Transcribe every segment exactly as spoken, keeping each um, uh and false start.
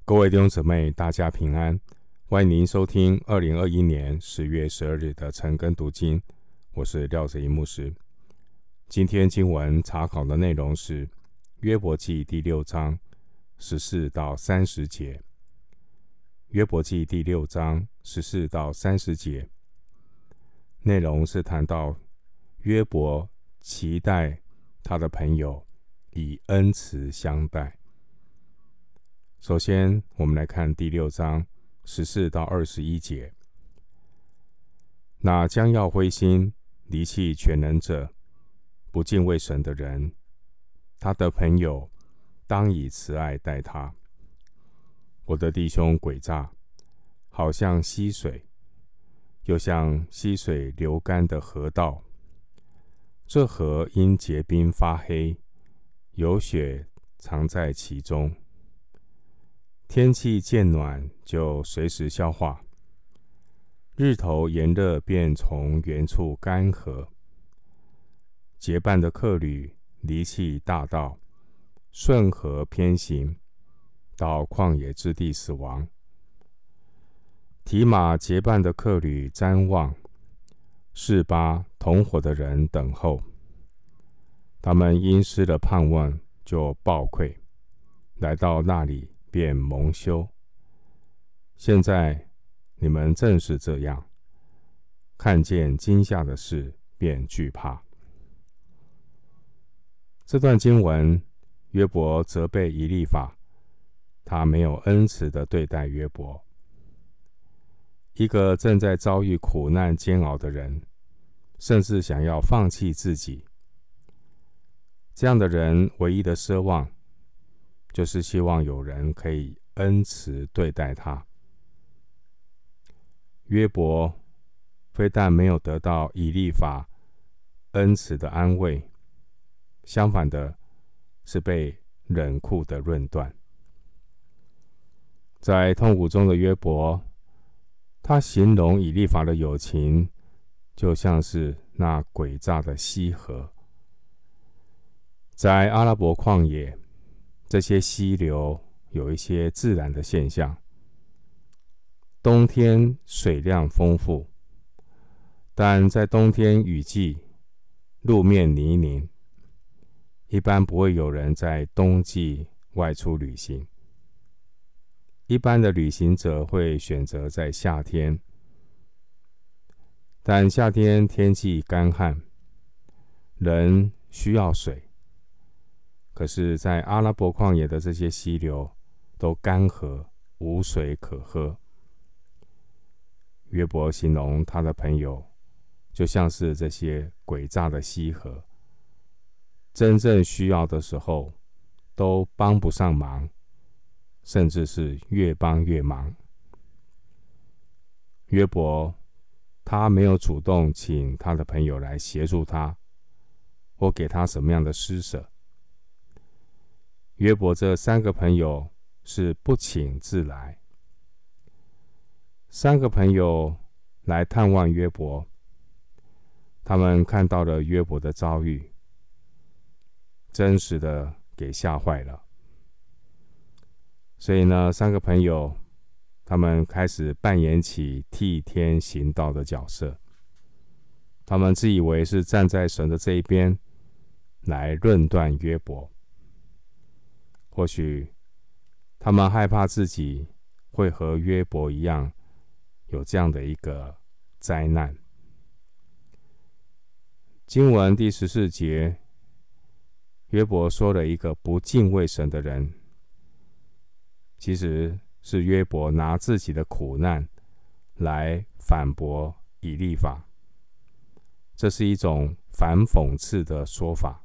各位弟兄姊妹，大家平安，欢迎您收听二零二一年十月十二日的晨更读经，我是廖哲一牧师。今天经文查考的内容是约伯记第六章十四到三十节。约伯记第六章十四到三十节，内容是谈到约伯期待他的朋友以恩慈相待。首先，我们来看第六章十四到二十一节。那将要灰心离弃全能者，不敬畏神的人，他的朋友当以慈爱待他。我的弟兄诡诈，好像溪水，又像溪水流干的河道。这河因结冰发黑，有雪藏在其中。天气渐暖，就随时消化。日头炎热，便从原处干涸。结伴的客旅离弃大道，顺河偏行，到旷野之地死亡。提马结伴的客旅瞻望，示巴同伙的人等候。他们因失了盼望，就暴愧，来到那里便蒙羞。现在你们正是这样，看见惊吓的事便惧怕。这段经文，约伯责备以利法，他没有恩慈地对待约伯。一个正在遭遇苦难煎熬的人，甚至想要放弃自己。这样的人唯一的奢望，就是希望有人可以恩慈对待他。约伯非但没有得到以利法恩慈的安慰，相反的是被冷酷的论断。在痛苦中的约伯，他形容以利法的友情，就像是那诡诈的溪河。在阿拉伯旷野，这些溪流有一些自然的现象。冬天水量丰富，但在冬天雨季，路面泥泞，一般不会有人在冬季外出旅行。一般的旅行者会选择在夏天，但夏天天气干旱，人需要水。可是在阿拉伯旷野的这些溪流都干涸，无水可喝。约伯形容他的朋友就像是这些诡诈的溪河，真正需要的时候都帮不上忙，甚至是越帮越忙。约伯他没有主动请他的朋友来协助他，或给他什么样的施舍。约伯这三个朋友是不请自来。三个朋友来探望约伯，他们看到了约伯的遭遇，真实的给吓坏了。所以呢，三个朋友他们开始扮演起替天行道的角色。他们自以为是站在神的这一边，来论断约伯。或许他们害怕自己会和约伯一样，有这样的一个灾难。经文第十四节，约伯说了一个不敬畏神的人，其实是约伯拿自己的苦难来反驳以利法，这是一种反讽刺的说法。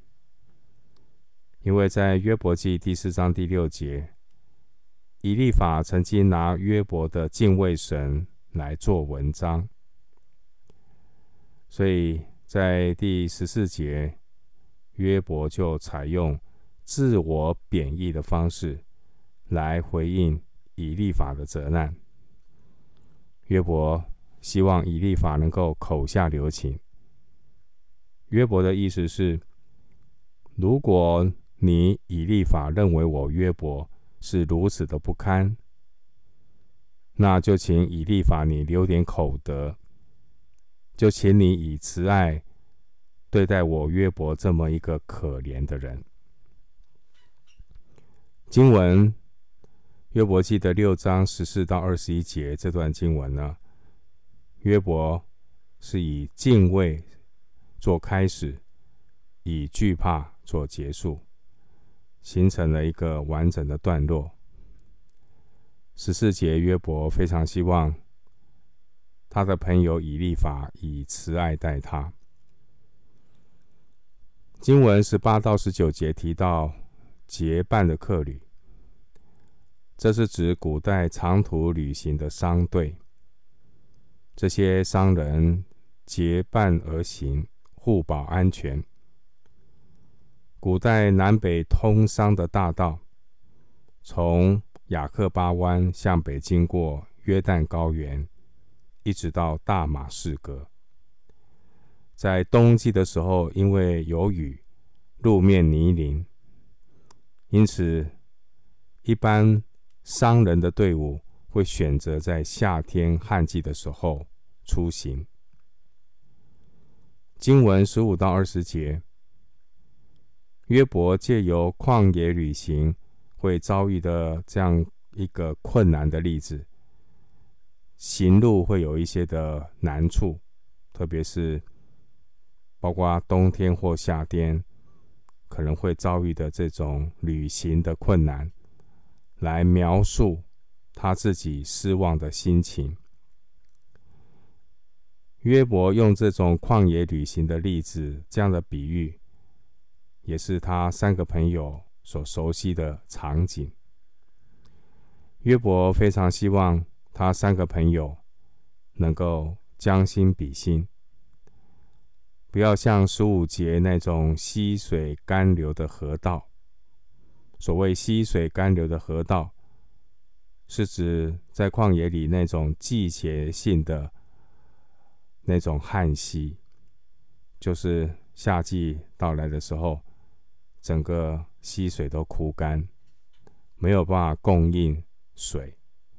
因为在约伯记第四章第六节，以利法曾经拿约伯的敬畏神来做文章，所以在第十四节，约伯就采用自我贬义的方式来回应以利法的责难。约伯希望以利法能够口下留情。约伯的意思是，如果你以利法认为我约伯是如此的不堪，那就请以利法你留点口德，就请你以慈爱对待我约伯这么一个可怜的人。经文约伯记的六章十四到二十一节这段经文呢，约伯是以敬畏做开始，以惧怕做结束，形成了一个完整的段落。十四节，约伯非常希望他的朋友以利法以慈爱待他。经文十八到十九节提到结伴的客旅，这是指古代长途旅行的商队，这些商人结伴而行，互保安全。古代南北通商的大道，从雅克巴湾向北经过约旦高原，一直到大马士革。在冬季的时候，因为有雨，路面泥泞，因此一般商人的队伍会选择在夏天旱季的时候出行。经文十五到二十节，约伯借由旷野旅行会遭遇的这样一个困难的例子，行路会有一些的难处，特别是包括冬天或夏天可能会遭遇的这种旅行的困难，来描述他自己失望的心情。约伯用这种旷野旅行的例子，这样的比喻，也是他三个朋友所熟悉的场景。约伯非常希望他三个朋友能够将心比心，不要像十五节那种溪水干流的河道。所谓溪水干流的河道，是指在旷野里那种季节性的那种旱溪，就是夏季到来的时候，整个溪水都枯干，没有办法供应水。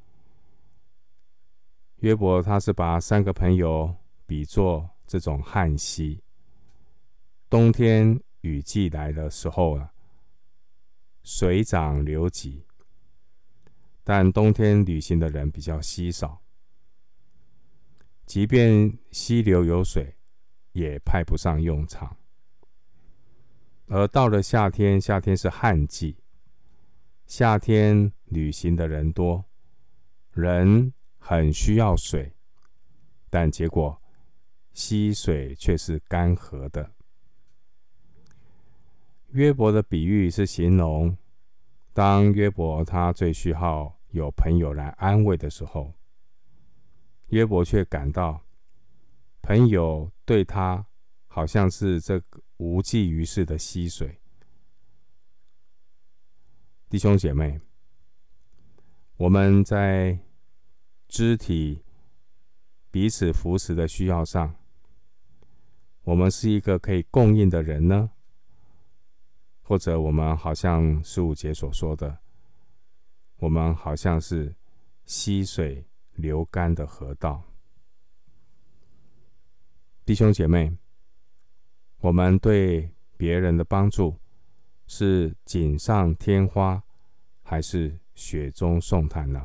约伯他是把三个朋友比作这种旱溪，冬天雨季来的时候啊，水涨流急，但冬天旅行的人比较稀少，即便溪流有水，也派不上用场。而到了夏天，夏天是旱季，夏天旅行的人多，人很需要水，但结果溪水却是干涸的。约伯的比喻是形容，当约伯他最需要有朋友来安慰的时候，约伯却感到朋友对他好像是这个无济于事的溪水。弟兄姐妹，我们在肢体彼此扶持的需要上，我们是一个可以供应的人呢？或者我们好像十五节所说的，我们好像是溪水流干的河道。弟兄姐妹，我们对别人的帮助是锦上添花，还是雪中送炭呢？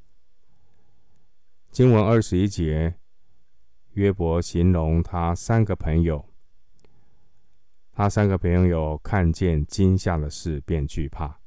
经文二十一节，约伯形容他三个朋友，他三个朋友看见惊吓的事便惧怕。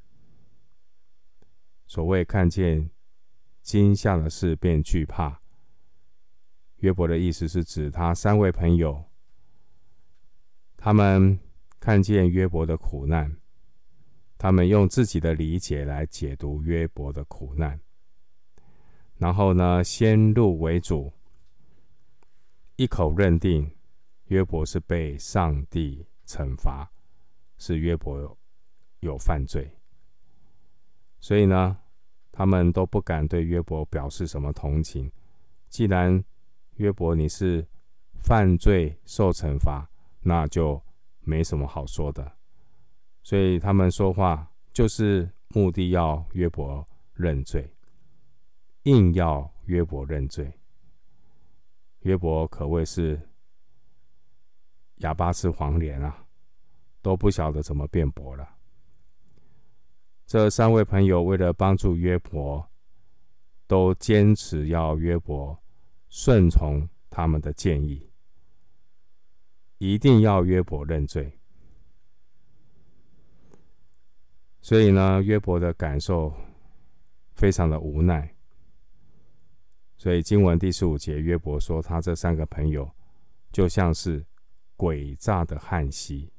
所谓看见惊吓的事便惧怕，约伯的意思是指他三位朋友，他们看见约伯的苦难，他们用自己的理解来解读约伯的苦难，然后呢，先入为主，一口认定约伯是被上帝惩罚，是约伯 有, 有犯罪，所以呢，他们都不敢对约伯表示什么同情。既然约伯你是犯罪受惩罚，那就没什么好说的，所以他们说话就是目的要约伯认罪，硬要约伯认罪。约伯可谓是哑巴吃黄连啊，都不晓得怎么辩驳了。这三位朋友为了帮助约伯，都坚持要约伯顺从他们的建议，一定要约伯认罪。所以呢，约伯的感受非常的无奈。所以经文第十五节，约伯说他这三个朋友就像是诡诈的汉溪。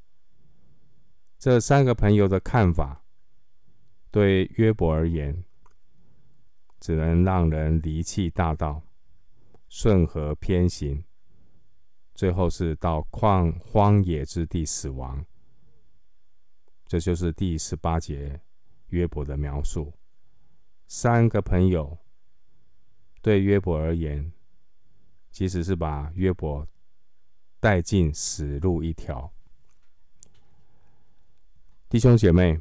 这三个朋友的看法对约伯而言，只能让人离弃大道，顺河偏行，最后是到旷荒野之地死亡。这就是第十八节约伯的描述。三个朋友对约伯而言，其实是把约伯带进死路一条。弟兄姐妹，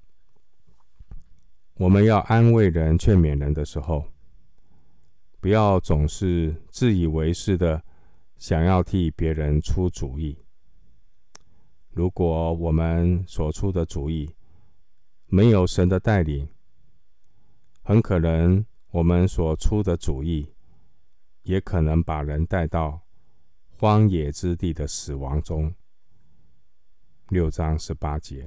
我们要安慰人、劝勉人的时候，不要总是自以为是的想要替别人出主意。如果我们所出的主意没有神的带领，很可能我们所出的主意也可能把人带到荒野之地的死亡中。六章十八节，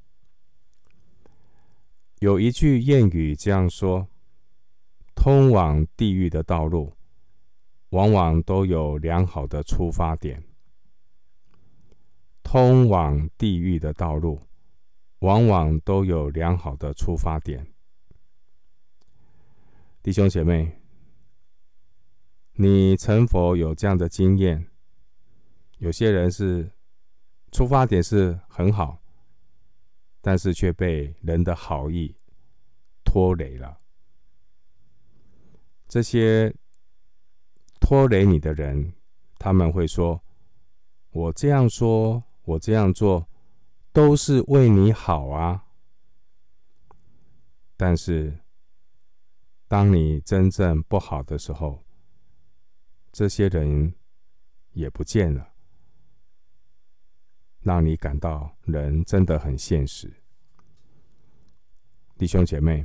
有一句谚语这样说：通往地狱的道路往往都有良好的出发点。通往地狱的道路往往都有良好的出发点。弟兄姐妹，你曾否有这样的经验？有些人是出发点是很好，但是却被人的好意拖累了。这些拖累你的人，他们会说：我这样说，我这样做，都是为你好啊。但是当你真正不好的时候，这些人也不见了，让你感到人真的很现实。弟兄姐妹，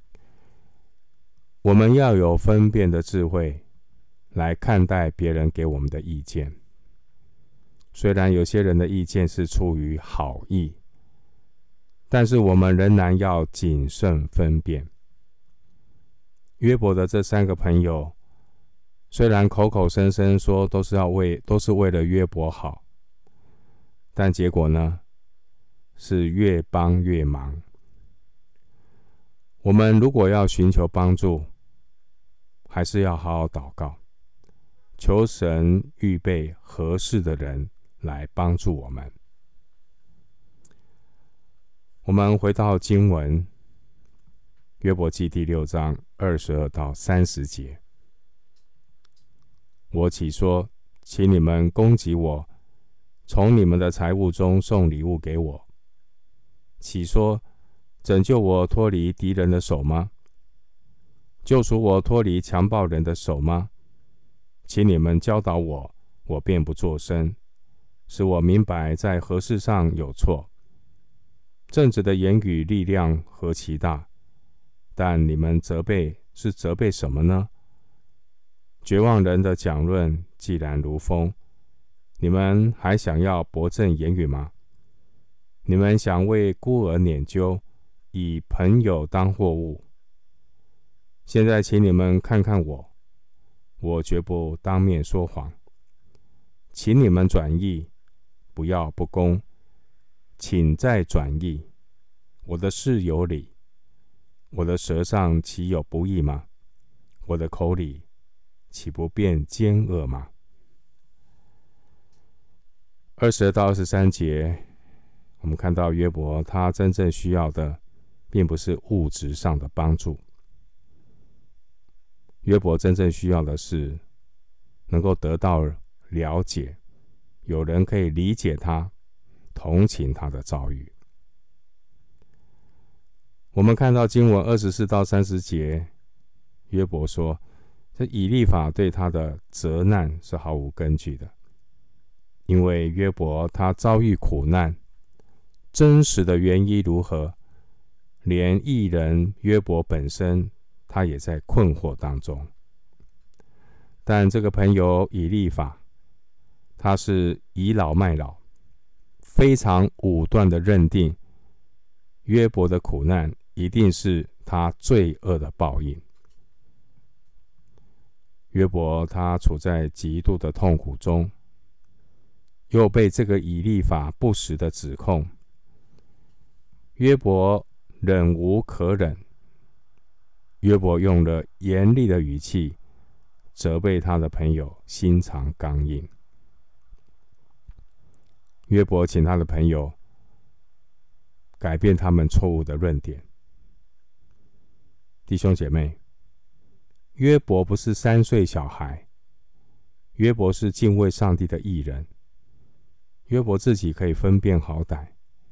我们要有分辨的智慧来看待别人给我们的意见。虽然有些人的意见是出于好意，但是我们仍然要谨慎分辨。约伯的这三个朋友，虽然口口声声说都是要为都是为了约伯好，但结果呢，是越帮越忙。我们如果要寻求帮助，还是要好好祷告，求神预备合适的人来帮助我们。我们回到经文，约伯记第六章二十二到三十节。我起说，请你们攻击我，从你们的财物中送礼物给我。起说，拯救我脱离敌人的手吗？救赎我脱离强暴人的手吗？请你们教导我，我便不作声，使我明白在何事上有错。正直的言语力量何其大，但你们责备是责备什么呢？绝望人的讲论既然如风，你们还想要驳正言语吗？你们想为孤儿拈阄，以朋友当货物。现在请你们看看我，我绝不当面说谎。请你们转意，不要不公，请再转意。我的事有理，我的舌上岂有不义吗？我的口里岂不变奸恶吗？二十二到二十三节，我们看到约伯他真正需要的并不是物质上的帮助，约伯真正需要的是能够得到了解，有人可以理解他，同情他的遭遇。 我们看到经文二十四到三十节，约伯说，这以利法对他的责难是毫无根据的，因为约伯他遭遇苦难，真实的原因如何，连义人约伯本身他也在困惑当中。但这个朋友以利法，他是倚老卖老，非常武断的认定约伯的苦难一定是他罪恶的报应。约伯他处在极度的痛苦中，又被这个以利法不实的指控，约伯忍无可忍，约伯用了严厉的语气责备他的朋友心肠刚硬。约伯请他的朋友改变他们错误的论点。弟兄姐妹，约伯不是三岁小孩，约伯是敬畏上帝的义人，约伯自己可以分辨好歹。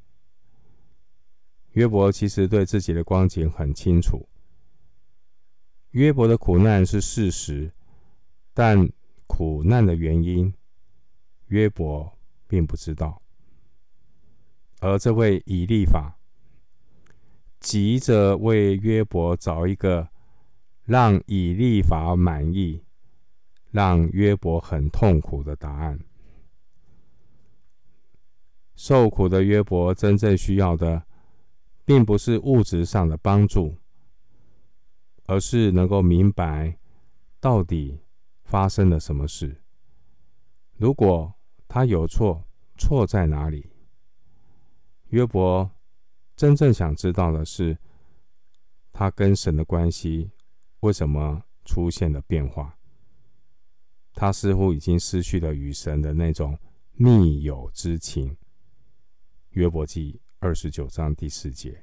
约伯其实对自己的光景很清楚，约伯的苦难是事实，但苦难的原因，约伯并不知道。而这位以利法急着为约伯找一个让以利法满意，让约伯很痛苦的答案。受苦的约伯真正需要的并不是物质上的帮助，而是能够明白到底发生了什么事。如果他有错，错在哪里？约伯真正想知道的是，他跟神的关系为什么出现了变化？他似乎已经失去了与神的那种密友之情。约伯记二十九章第四节。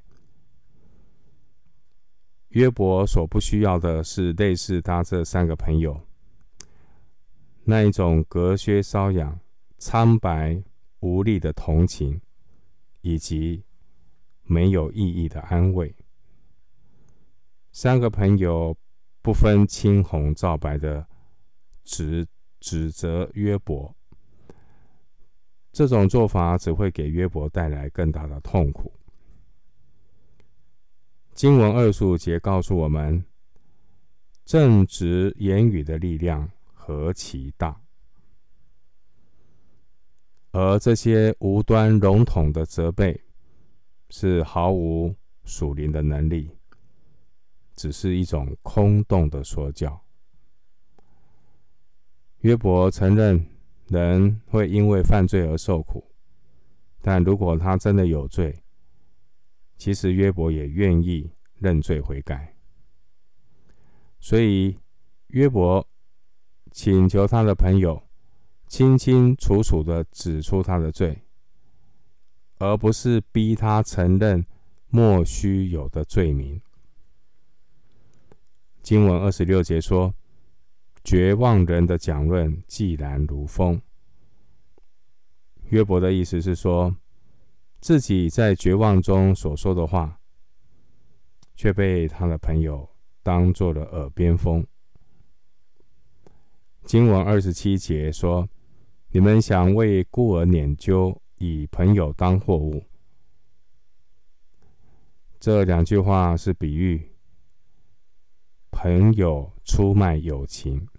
约伯所不需要的是类似他这三个朋友那一种隔靴搔痒、苍白无力的同情，以及没有意义的安慰。三个朋友不分青红皂白的指指责约伯，这种做法只会给约伯带来更大的痛苦。经文二十五节告诉我们，正直言语的力量何其大，而这些无端笼统的责备是毫无属灵的能力，只是一种空洞的说教。约伯承认人会因为犯罪而受苦，但如果他真的有罪，其实约伯也愿意认罪悔改。所以约伯请求他的朋友清清楚楚地指出他的罪，而不是逼他承认莫须有的罪名。经文二十六节说，绝望人的讲论既然如风。约伯的意思是说，自己在绝望中所说的话，却被他的朋友当作了耳边风。经文二十七节说，你们想为孤儿拈阄，以朋友当货物。这两句话是比喻朋友出卖友情，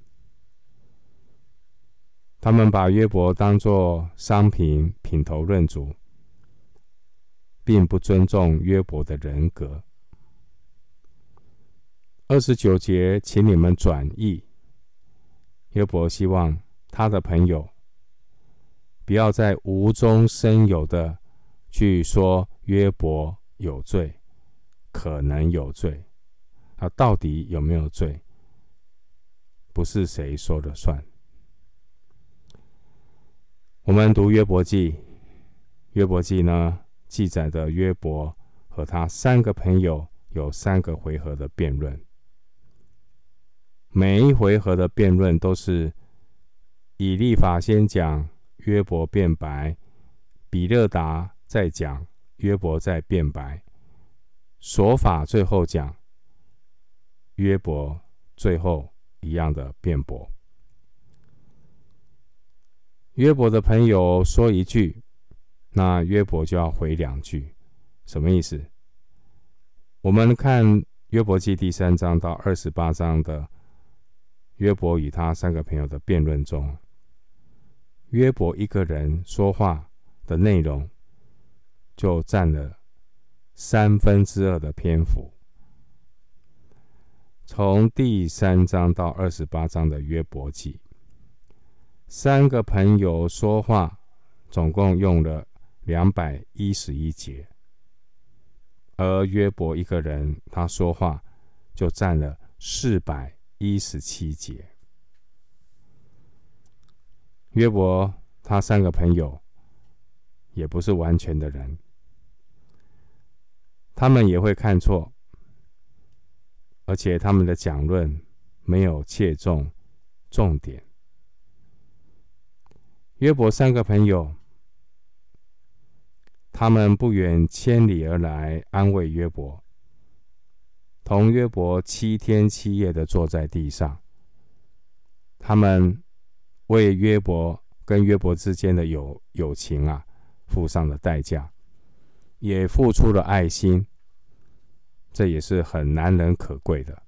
他们把约伯当作商品，品头论足，并不尊重约伯的人格。二十九节，请你们转意。约伯希望他的朋友不要在无中生有的去说约伯有罪，可能有罪，他到底有没有罪，不是谁说了算。我们读约伯记，约伯记呢记载的约伯和他三个朋友有三个回合的辩论，每一回合的辩论都是以利法先讲，约伯辩白，比勒达再讲，约伯再辩白。 说法最后讲，约伯最后一样的辩驳。约伯的朋友说一句，那约伯就要回两句，什么意思？我们看约伯记第三章到二十八章的约伯与他三个朋友的辩论中，约伯一个人说话的内容就占了三分之二的篇幅。从第三章到二十八章的约伯记，三个朋友说话总共用了两百一十一节，而约伯一个人他说话就占了四百一十七节。约伯他三个朋友也不是完全的人，他们也会看错，而且他们的讲论没有切中重点。约伯三个朋友，他们不远千里而来安慰约伯，同约伯七天七夜的坐在地上，他们为约伯跟约伯之间的友友情啊，付上了代价，也付出了爱心，这也是很难能可贵的。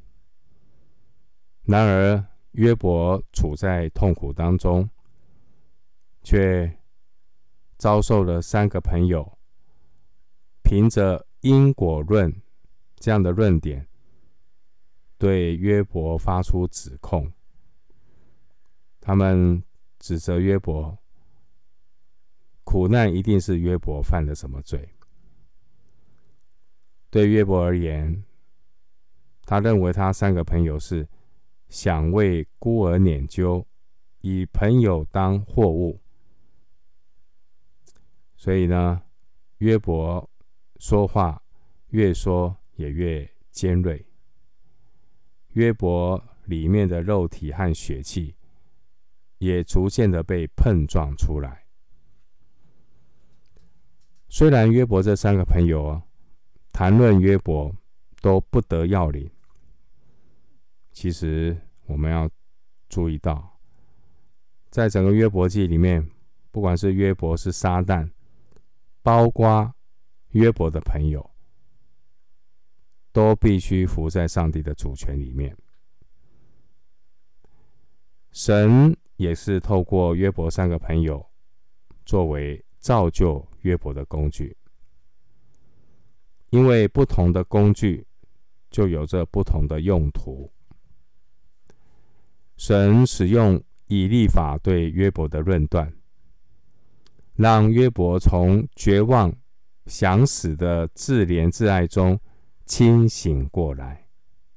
然而约伯处在痛苦当中，却遭受了三个朋友凭着因果论这样的论点，对约伯发出指控。他们指责约伯，苦难一定是约伯犯了什么罪。对约伯而言，他认为他三个朋友是想为孤儿拈阄，以朋友当货物。所以呢，约伯说话越说也越尖锐，约伯里面的肉体和血气也逐渐的被碰撞出来。虽然约伯这三个朋友谈论约伯都不得要领，其实我们要注意到，在整个约伯记里面，不管是约伯是撒旦，包括约伯的朋友，都必须服在上帝的主权里面。神也是透过约伯三个朋友作为造就约伯的工具，因为不同的工具就有着不同的用途。神使用以利法对约伯的论断，让约伯从绝望想死的自怜自爱中清醒过来，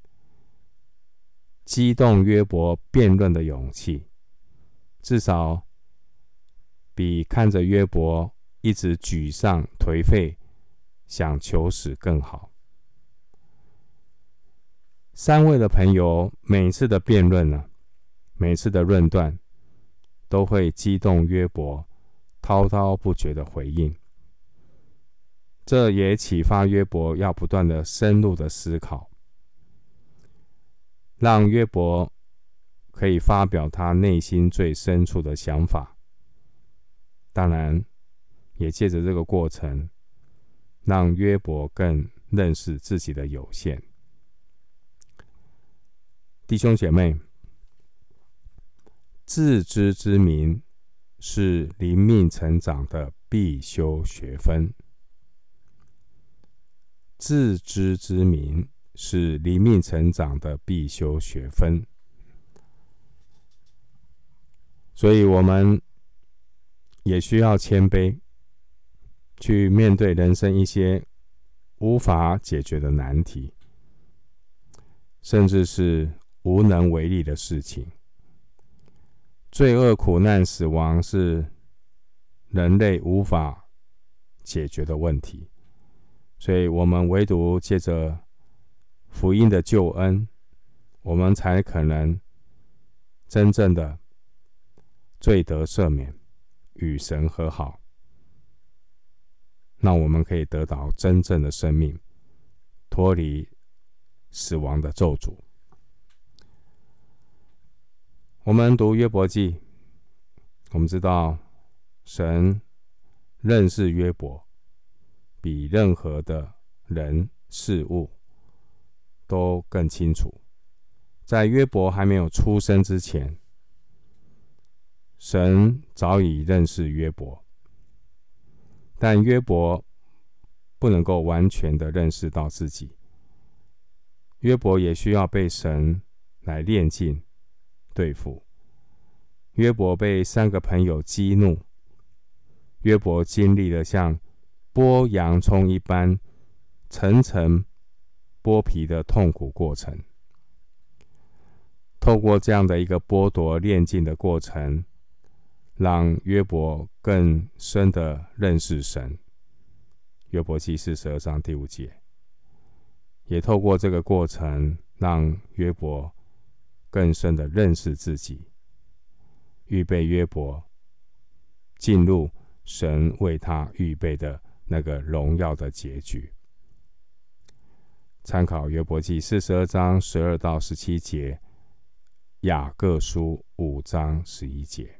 激动约伯辩论的勇气，至少比看着约伯一直沮丧颓废想求死更好。三位的朋友每次的辩论呢，每次的论断都会激动约伯滔滔不绝的回应，这也启发约伯要不断的深入的思考，让约伯可以发表他内心最深处的想法。当然也借着这个过程，让约伯更认识自己的有限。弟兄姐妹，自知之明是灵命成长的必修学分。自知之明是灵命成长的必修学分。所以我们也需要谦卑，去面对人生一些无法解决的难题，甚至是无能为力的事情。罪恶、苦难、死亡是人类无法解决的问题，所以我们唯独借着福音的救恩，我们才可能真正的罪得赦免，与神和好，让我们可以得到真正的生命， 脱离死亡的咒诅。我们读约伯记，我们知道神认识约伯比任何的人事物都更清楚。在约伯还没有出生之前，神早已认识约伯，但约伯不能够完全的认识到自己。约伯也需要被神来炼净对付。约伯被三个朋友激怒，约伯经历了像剥洋葱一般层层剥皮的痛苦过程。透过这样的一个剥夺炼净的过程，让约伯更深的认识神。约伯记四十二章第五节，也透过这个过程，让约伯更深的认识自己，预备约伯进入神为他预备的那个荣耀的结局。参考约伯记四十二章十二到十七节，雅各书五章十一节。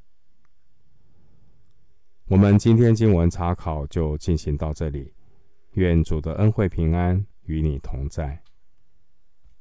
我们今天经文查考就进行到这里，愿主的恩惠平安与你同在。